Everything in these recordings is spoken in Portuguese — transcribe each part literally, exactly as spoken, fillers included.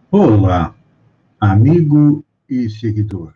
Olá, amigo e seguidor.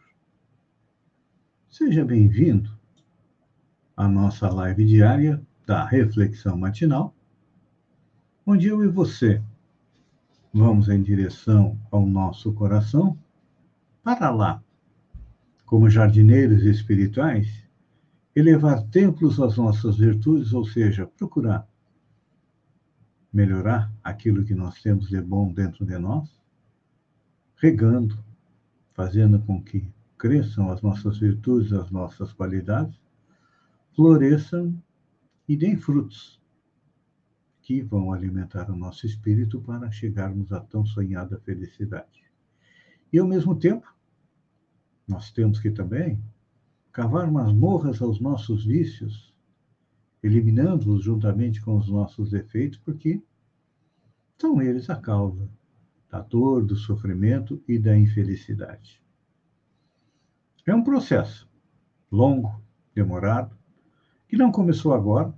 Seja bem-vindo à nossa live diária da Reflexão Matinal, onde eu e você vamos em direção ao nosso coração para lá, como jardineiros espirituais, elevar templos às nossas virtudes, ou seja, procurar melhorar aquilo que nós temos de bom dentro de nós, regando, fazendo com que cresçam as nossas virtudes, as nossas qualidades, floresçam e deem frutos que vão alimentar o nosso espírito para chegarmos à tão sonhada felicidade. E, ao mesmo tempo, nós temos que também cavar masmorras aos nossos vícios, eliminando-os juntamente com os nossos defeitos, porque são eles a causa da dor, do sofrimento e da infelicidade. É um processo longo, demorado, que não começou agora,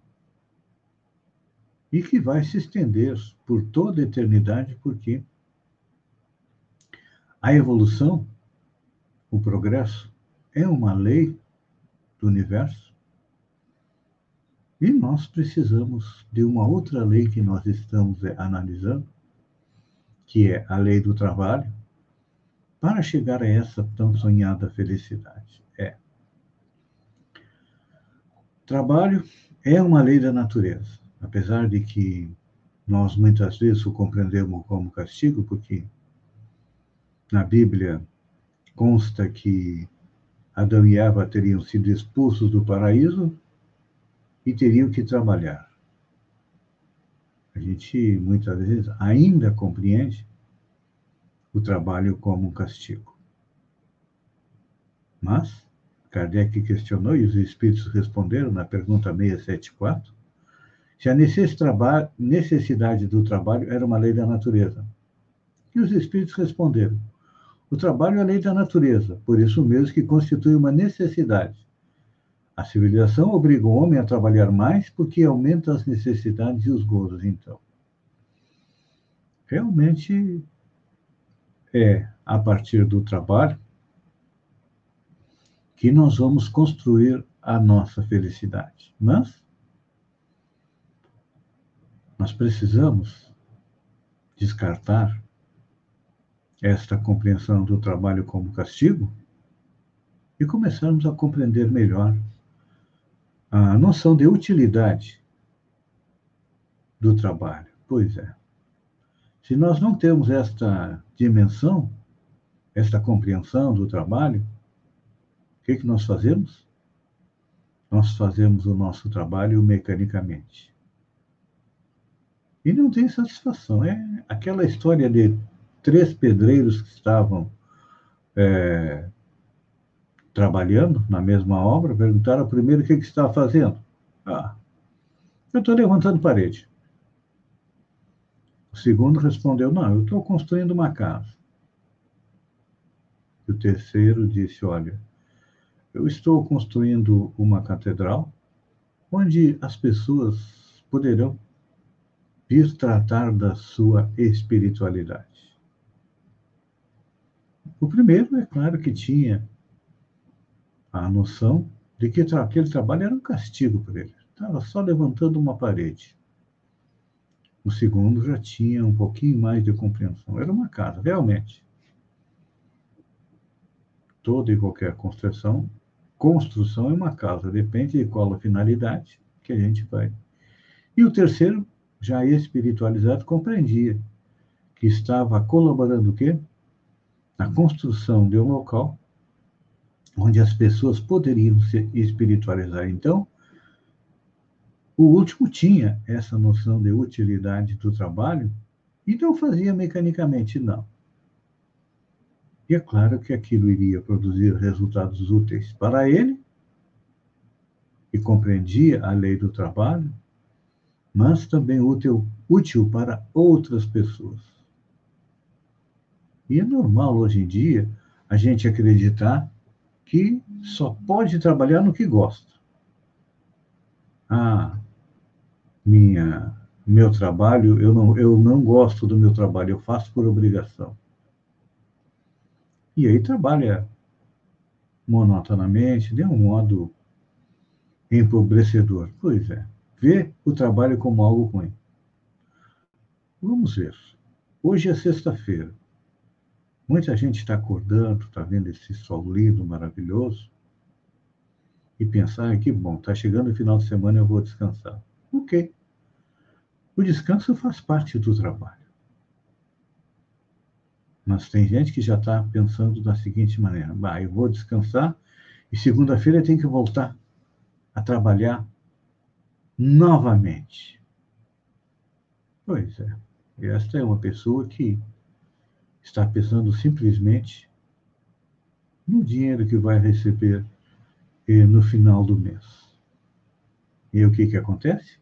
e que vai se estender por toda a eternidade, porque a evolução, o progresso, é uma lei do universo e nós precisamos de uma outra lei que nós estamos analisando, que é a lei do trabalho, para chegar a essa tão sonhada felicidade. É. Trabalho é uma lei da natureza, apesar de que nós muitas vezes o compreendemos como castigo, porque na Bíblia consta que Adão e Eva teriam sido expulsos do paraíso e teriam que trabalhar. A gente muitas vezes ainda compreende o trabalho como um castigo. Mas Kardec questionou, e os espíritos responderam na pergunta seiscentos e setenta e quatro, se a necessidade do trabalho era uma lei da natureza. E os espíritos responderam: o trabalho é a lei da natureza, por isso mesmo que constitui uma necessidade. A civilização obriga o homem a trabalhar mais porque aumenta as necessidades e os gozos, então. Realmente é a partir do trabalho que nós vamos construir a nossa felicidade. Mas nós precisamos descartar esta compreensão do trabalho como castigo e começarmos a compreender melhor a noção de utilidade do trabalho. Pois é. Se nós não temos esta dimensão, esta compreensão do trabalho, o que, que nós fazemos? Nós fazemos o nosso trabalho mecanicamente. E não tem satisfação. É aquela história de três pedreiros que estavam é, trabalhando na mesma obra, perguntaram ao primeiro o que, que estava fazendo. Ah, eu estou levantando parede. O segundo respondeu, não, eu estou construindo uma casa. E o terceiro disse, olha, eu estou construindo uma catedral onde as pessoas poderão vir tratar da sua espiritualidade. O primeiro, é claro que tinha a noção de que aquele trabalho era um castigo para ele. Estava só levantando uma parede. O segundo já tinha um pouquinho mais de compreensão. Era uma casa, realmente. Toda e qualquer construção, construção é uma casa, depende de qual a finalidade que a gente vai. E o terceiro, já espiritualizado, compreendia que estava colaborando o quê? Na construção de um local onde as pessoas poderiam se espiritualizar. Então, o último tinha essa noção de utilidade do trabalho e não fazia mecanicamente, não. E é claro que aquilo iria produzir resultados úteis para ele, e compreendia a lei do trabalho, mas também útil, útil para outras pessoas. E é normal, hoje em dia, a gente acreditar que só pode trabalhar no que gosta. Ah, minha, meu trabalho, eu não, eu não gosto do meu trabalho, eu faço por obrigação. E aí trabalha monotonamente, de um modo empobrecedor. Pois é, vê o trabalho como algo ruim. Vamos ver. Hoje é sexta-feira. Muita gente está acordando, está vendo esse sol lindo, maravilhoso, e pensar, ah, que bom, está chegando o final de semana, eu vou descansar. Ok. O descanso faz parte do trabalho. Mas tem gente que já está pensando da seguinte maneira: bah, eu vou descansar e segunda-feira tem que voltar a trabalhar novamente. Pois é. E esta é uma pessoa que está pensando simplesmente no dinheiro que vai receber eh, no final do mês. E o que, que acontece?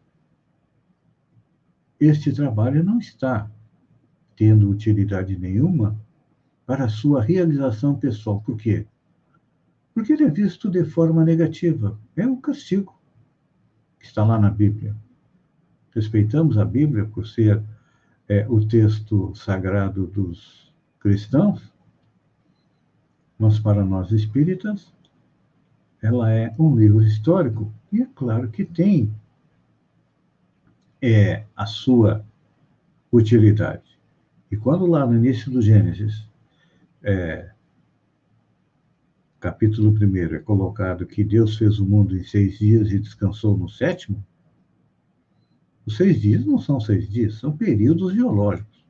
Este trabalho não está tendo utilidade nenhuma para a sua realização pessoal. Por quê? Porque ele é visto de forma negativa. É um castigo que está lá na Bíblia. Respeitamos a Bíblia por ser é, o texto sagrado dos cristãos, mas para nós espíritas, ela é um livro histórico e é claro que tem é, a sua utilidade. E quando lá no início do Gênesis, é, capítulo primeiro, é colocado que Deus fez o mundo em seis dias e descansou no sétimo, os seis dias não são seis dias, são períodos geológicos.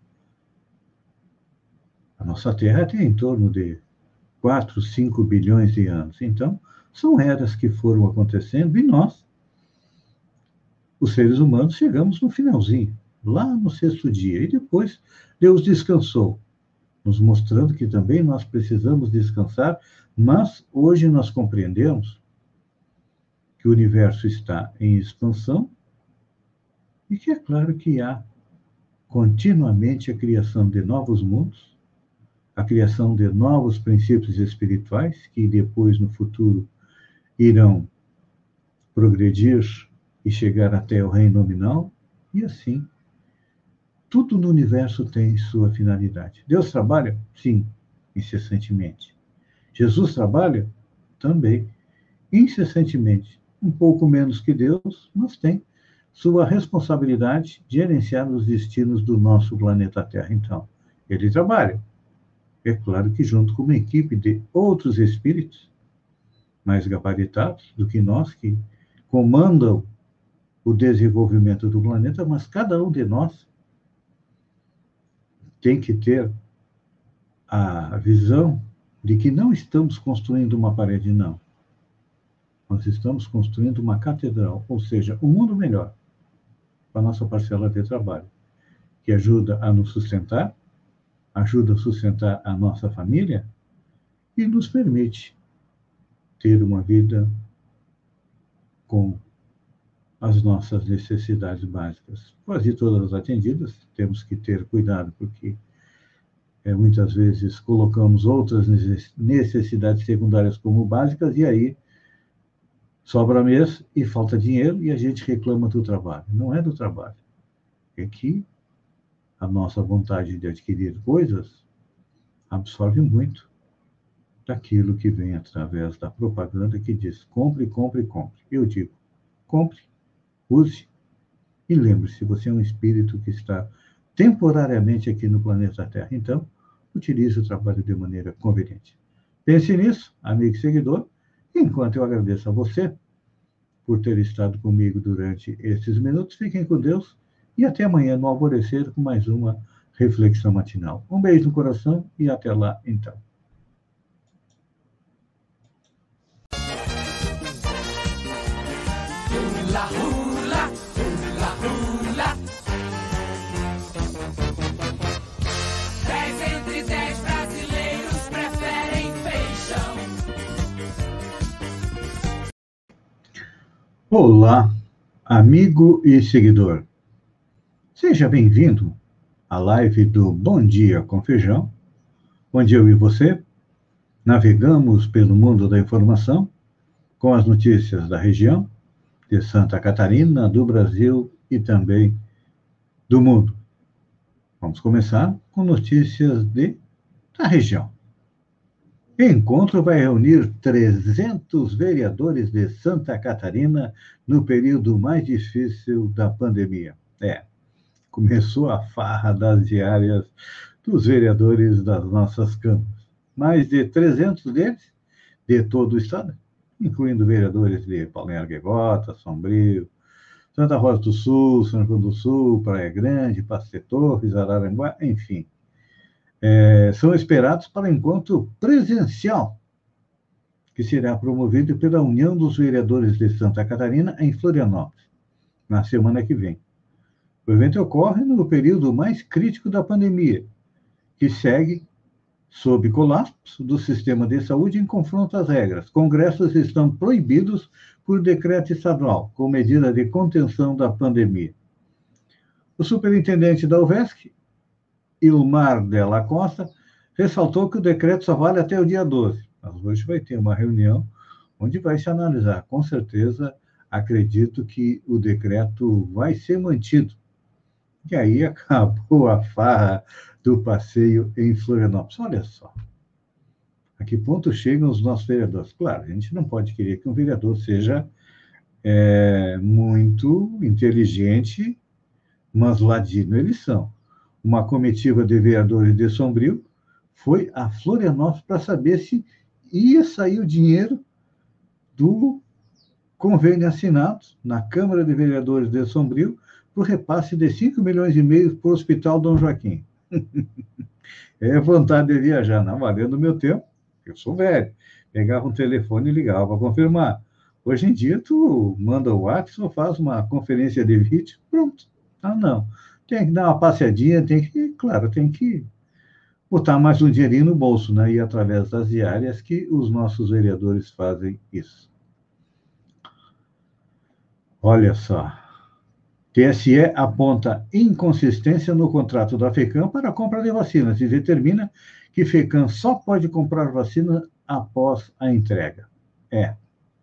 A nossa Terra tem em torno de quatro, cinco bilhões de anos. Então, são eras que foram acontecendo e nós, os seres humanos, chegamos no finalzinho, lá no sexto dia. E depois Deus descansou, nos mostrando que também nós precisamos descansar, mas hoje nós compreendemos que o universo está em expansão e que é claro que há continuamente a criação de novos mundos, a criação de novos princípios espirituais que depois, no futuro, irão progredir e chegar até o reino nominal, e assim, tudo no universo tem sua finalidade. Deus trabalha? Sim, incessantemente. Jesus trabalha? Também, incessantemente. Um pouco menos que Deus, mas tem sua responsabilidade de gerenciar os destinos do nosso planeta Terra. Então, ele trabalha. É claro que junto com uma equipe de outros espíritos mais gabaritados do que nós, que comandam o desenvolvimento do planeta, mas cada um de nós tem que ter a visão de que não estamos construindo uma parede, não. Nós estamos construindo uma catedral, ou seja, um mundo melhor para a nossa parcela de trabalho, que ajuda a nos sustentar, ajuda a sustentar a nossa família e nos permite ter uma vida com as nossas necessidades básicas. Quase todas atendidas, temos que ter cuidado, porque é, muitas vezes colocamos outras necessidades secundárias como básicas, e aí sobra mês e falta dinheiro, e a gente reclama do trabalho. Não é do trabalho. É que a nossa vontade de adquirir coisas absorve muito daquilo que vem através da propaganda que diz compre, compre, compre. Eu digo, compre, use e lembre-se, você é um espírito que está temporariamente aqui no planeta Terra. Então, utilize o trabalho de maneira conveniente. Pense nisso, amigo e seguidor, enquanto eu agradeço a você por ter estado comigo durante esses minutos. Fiquem com Deus e até amanhã no alvorecer com mais uma reflexão matinal. Um beijo no coração e até lá, então. Hula, hula, hula, hula. Dez entre dez brasileiros preferem feijão. Olá, amigo e seguidor. Seja bem-vindo à live do Bom Dia com Feijão, onde eu e você navegamos pelo mundo da informação com as notícias da região, de Santa Catarina, do Brasil e também do mundo. Vamos começar com notícias de, da região. Encontro vai reunir trezentos vereadores de Santa Catarina no período mais difícil da pandemia. É, começou a farra das diárias dos vereadores das nossas câmaras. Mais de trezentos deles, de todo o estado, incluindo vereadores de Balneário Gaivota, Sombrio, Santa Rosa do Sul, São João do Sul, Praia Grande, Passo de Torres, Araranguá, enfim. É, são esperados para encontro presencial, que será promovido pela União dos Vereadores de Santa Catarina em Florianópolis, na semana que vem. O evento ocorre no período mais crítico da pandemia, que segue sob colapso do sistema de saúde em confronto às regras. Congressos estão proibidos por decreto estadual, com medida de contenção da pandemia. O superintendente da U V E S C, Ilmar Della Costa, ressaltou que o decreto só vale até o dia doze. Mas hoje vai ter uma reunião onde vai se analisar. Com certeza, acredito que o decreto vai ser mantido. E aí acabou a farra do passeio em Florianópolis. Olha só, a que ponto chegam os nossos vereadores? Claro, a gente não pode querer que um vereador seja é, muito inteligente, mas ladino eles são. Uma comitiva de vereadores de Sombrio foi a Florianópolis para saber se ia sair o dinheiro do convênio assinado na Câmara de Vereadores de Sombrio para o repasse de cinco milhões e meio para o Hospital Dom Joaquim. É vontade de viajar, não valendo o meu tempo, eu sou velho. Pegava um telefone e ligava para confirmar. Hoje em dia, tu manda o WhatsApp ou faz uma conferência de vídeo, pronto. Ah, não. Tem que dar uma passeadinha, tem que, claro, tem que botar mais um dinheirinho no bolso, né? E através das diárias que os nossos vereadores fazem isso. Olha só. T S E aponta inconsistência no contrato da FECAM para a compra de vacinas e determina que FECAM só pode comprar vacina após a entrega. É.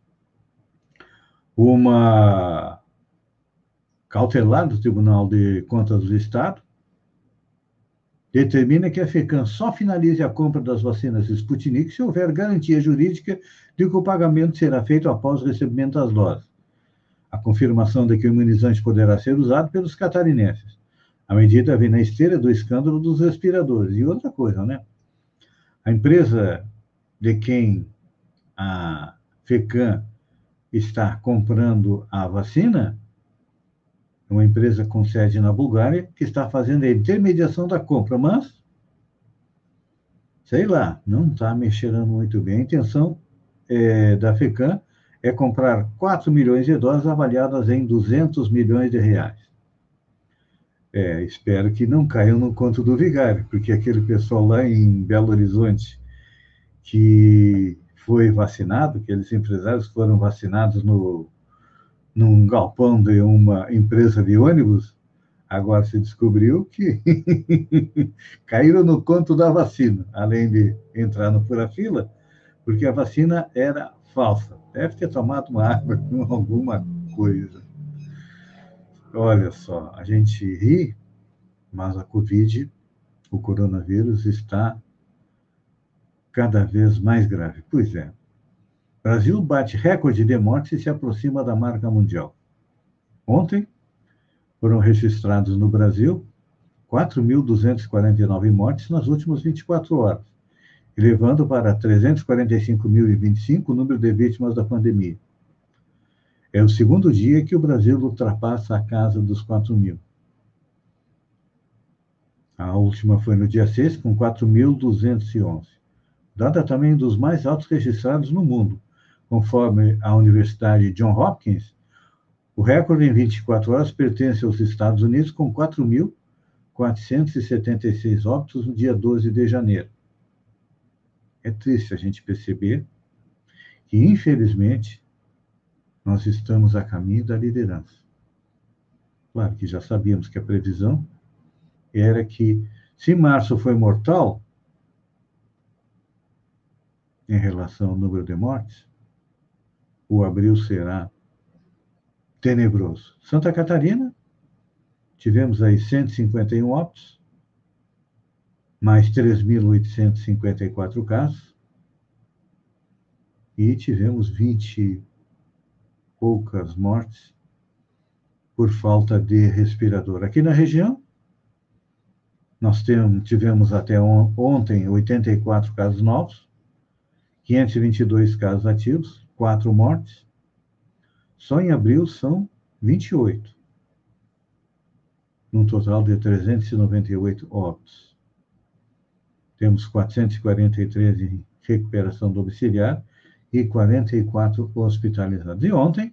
Uma cautelar do Tribunal de Contas do Estado determina que a FECAM só finalize a compra das vacinas Sputnik se houver garantia jurídica de que o pagamento será feito após o recebimento das doses. A confirmação de que o imunizante poderá ser usado pelos catarinenses. A medida vem na esteira do escândalo dos respiradores. E outra coisa, né? A empresa de quem a FECAM está comprando a vacina é uma empresa com sede na Bulgária que está fazendo a intermediação da compra, mas, sei lá, não está mexendo muito bem. A intenção é, da FECAM é comprar quatro milhões de doses avaliadas em duzentos milhões de reais. É, espero que não caiam no conto do vigário, porque aquele pessoal lá em Belo Horizonte que foi vacinado, aqueles empresários foram vacinados no, num galpão de uma empresa de ônibus, agora se descobriu que caíram no conto da vacina, além de entrar no fura-fila, porque a vacina era falsa. Deve ter tomado uma água com alguma coisa. Olha só, a gente ri, mas a Covid, o coronavírus, está cada vez mais grave. Pois é. O Brasil bate recorde de mortes e se aproxima da marca mundial. Ontem, foram registrados no Brasil quatro mil duzentas e quarenta e nove mortes nas últimas vinte e quatro horas, elevando para trezentos e quarenta e cinco mil e vinte e cinco o número de vítimas da pandemia. É o segundo dia que o Brasil ultrapassa a casa dos quatro mil. A última foi no dia seis, com quatro mil duzentos e onze. Data também dos mais altos registrados no mundo. Conforme a Universidade Johns Hopkins, o recorde em vinte e quatro horas pertence aos Estados Unidos, com quatro mil quatrocentos e setenta e seis óbitos no dia doze de janeiro. É triste a gente perceber que, infelizmente, nós estamos a caminho da liderança. Claro que já sabíamos que a previsão era que, se março foi mortal, em relação ao número de mortes, o abril será tenebroso. Santa Catarina, tivemos aí cento e cinquenta e um óbitos, mais três mil oitocentos e cinquenta e quatro casos. e tivemos vinte e poucas mortes por falta de respirador. Aqui na região, nós temos, tivemos até on, ontem oitenta e quatro casos novos, quinhentos e vinte e dois casos ativos, quatro mortes. Só em abril são vinte e oito, num total de trezentos e noventa e oito óbitos. Temos quatrocentos e quarenta e três em recuperação domiciliar e quarenta e quatro hospitalizados. E ontem,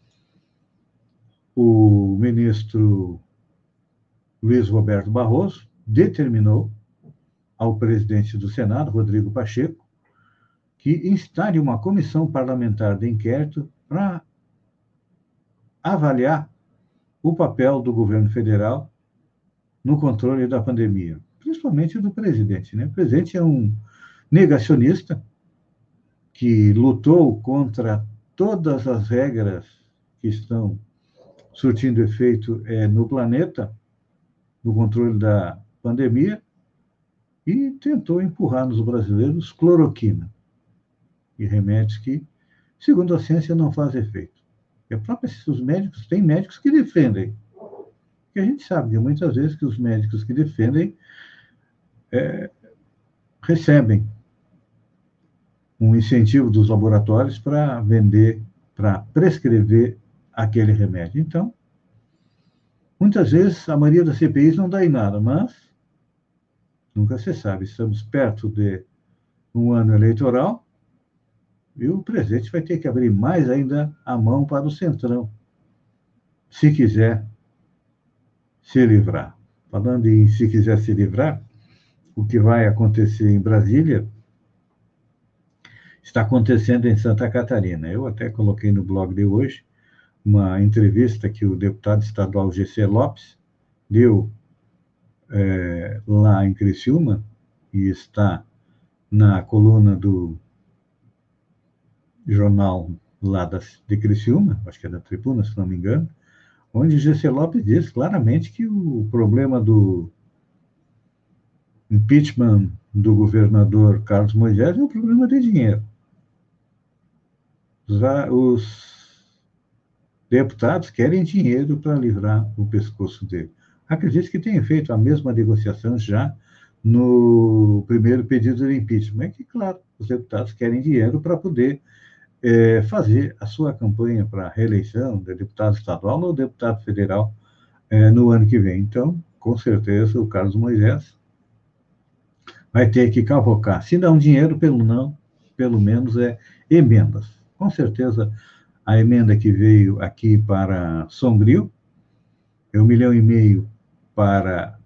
o ministro Luiz Roberto Barroso determinou ao presidente do Senado, Rodrigo Pacheco, que instale uma comissão parlamentar de inquérito para avaliar o papel do governo federal no controle da pandemia, principalmente do presidente, né? O presidente é um negacionista que lutou contra todas as regras que estão surtindo efeito é, no planeta, no controle da pandemia, e tentou empurrar nos brasileiros cloroquina e remédios que, segundo a ciência, não fazem efeito. E a própria, os médicos, tem médicos que defendem. E a gente sabe que muitas vezes que os médicos que defendem é, recebem um incentivo dos laboratórios para vender, para prescrever aquele remédio. Então, muitas vezes, a maioria das C P Is não dá em nada, mas nunca se sabe. Estamos perto de um ano eleitoral e o presidente vai ter que abrir mais ainda a mão para o Centrão, se quiser se livrar. Falando em se quiser se livrar, o que vai acontecer em Brasília está acontecendo em Santa Catarina. Eu até coloquei no blog de hoje uma entrevista que o deputado estadual G C Lopes deu é, lá em Criciúma, e está na coluna do jornal lá das, de Criciúma, acho que é da Tribuna, se não me engano, onde G C Lopes diz claramente que o problema do impeachment do governador Carlos Moisés é um problema de dinheiro. Os, os deputados querem dinheiro para livrar o pescoço dele. Acredito que tenha feito a mesma negociação já no primeiro pedido de impeachment. É que, claro, os deputados querem dinheiro para poder é, fazer a sua campanha para a reeleição de deputado estadual ou deputado federal é, no ano que vem. Então, com certeza, o Carlos Moisés vai ter que cavocar. Se não dinheiro, pelo não, pelo menos é emendas. Com certeza, a emenda que veio aqui para Sombrio é um milhão e meio para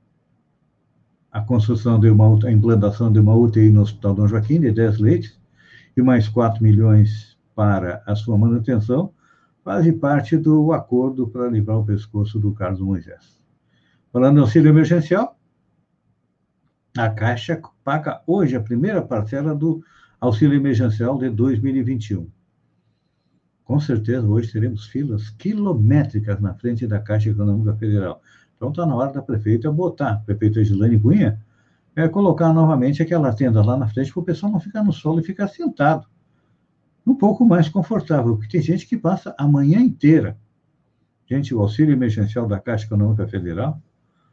a construção de uma, a implantação de uma U T I no Hospital Dom Joaquim, de dez leitos, e mais quatro milhões para a sua manutenção, fazem parte do acordo para livrar o pescoço do Carlos Moisés. Falando em auxílio emergencial, a Caixa paga hoje a primeira parcela do auxílio emergencial de dois mil e vinte e um. Com certeza, hoje teremos filas quilométricas na frente da Caixa Econômica Federal. Então, está na hora da prefeita botar, a prefeita Gilane Cunha, é, colocar novamente aquela tenda lá na frente para o pessoal não ficar no solo e ficar sentado. Um pouco mais confortável, porque tem gente que passa a manhã inteira. Gente, o auxílio emergencial da Caixa Econômica Federal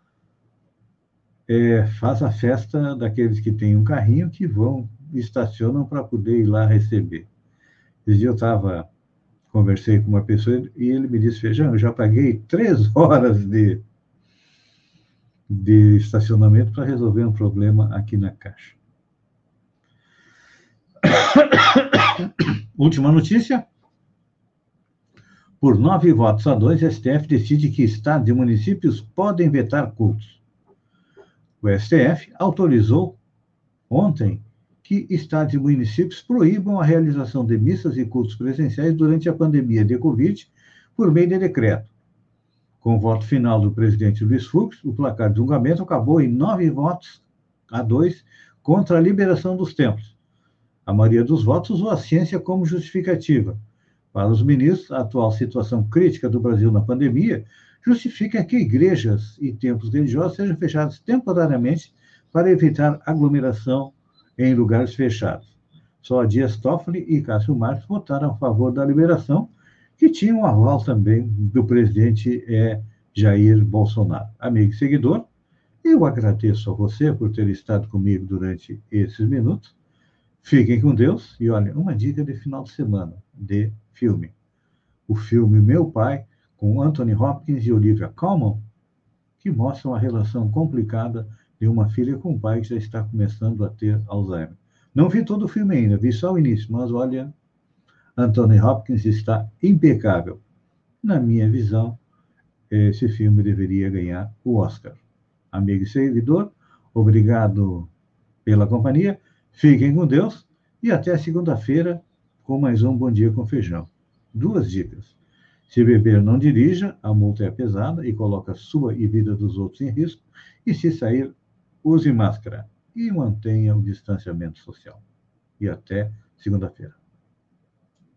é, faz a festa daqueles que têm um carrinho que vão, estacionam para poder ir lá receber. Esse dia eu estava, conversei com uma pessoa e ele me disse, Feijão, eu já paguei três horas de, de estacionamento para resolver um problema aqui na Caixa. Última notícia. Por nove votos a dois, S T F decide que estados e municípios podem vetar cultos. O S T F autorizou ontem que estados e municípios proíbam a realização de missas e cultos presenciais durante a pandemia de Covid por meio de decreto. Com o voto final do presidente Luiz Fux, o placar de julgamento acabou em nove votos a dois contra a liberação dos templos. A maioria dos votos usou a ciência como justificativa. Para os ministros, a atual situação crítica do Brasil na pandemia justifica que igrejas e templos religiosos sejam fechados temporariamente para evitar aglomeração em lugares fechados. Só Dias Toffoli e Cássio Marques votaram a favor da liberação, que tinha um aval também do presidente é, Jair Bolsonaro. Amigo e seguidor, eu agradeço a você por ter estado comigo durante esses minutos. Fiquem com Deus e, olha, uma dica de final de semana, de filme. O filme Meu Pai, com Anthony Hopkins e Olivia Colman, que mostra uma relação complicada de uma filha com um pai que já está começando a ter Alzheimer. Não vi todo o filme ainda, vi só o início, mas olha, Anthony Hopkins está impecável. Na minha visão, esse filme deveria ganhar o Oscar. Amigo e seguidor, obrigado pela companhia, fiquem com Deus e até segunda-feira com mais um Bom Dia com Feijão. Duas dicas. Se beber, não dirija, a multa é pesada e coloca a sua e vida dos outros em risco. E se sair, use máscara e mantenha o distanciamento social. E até segunda-feira.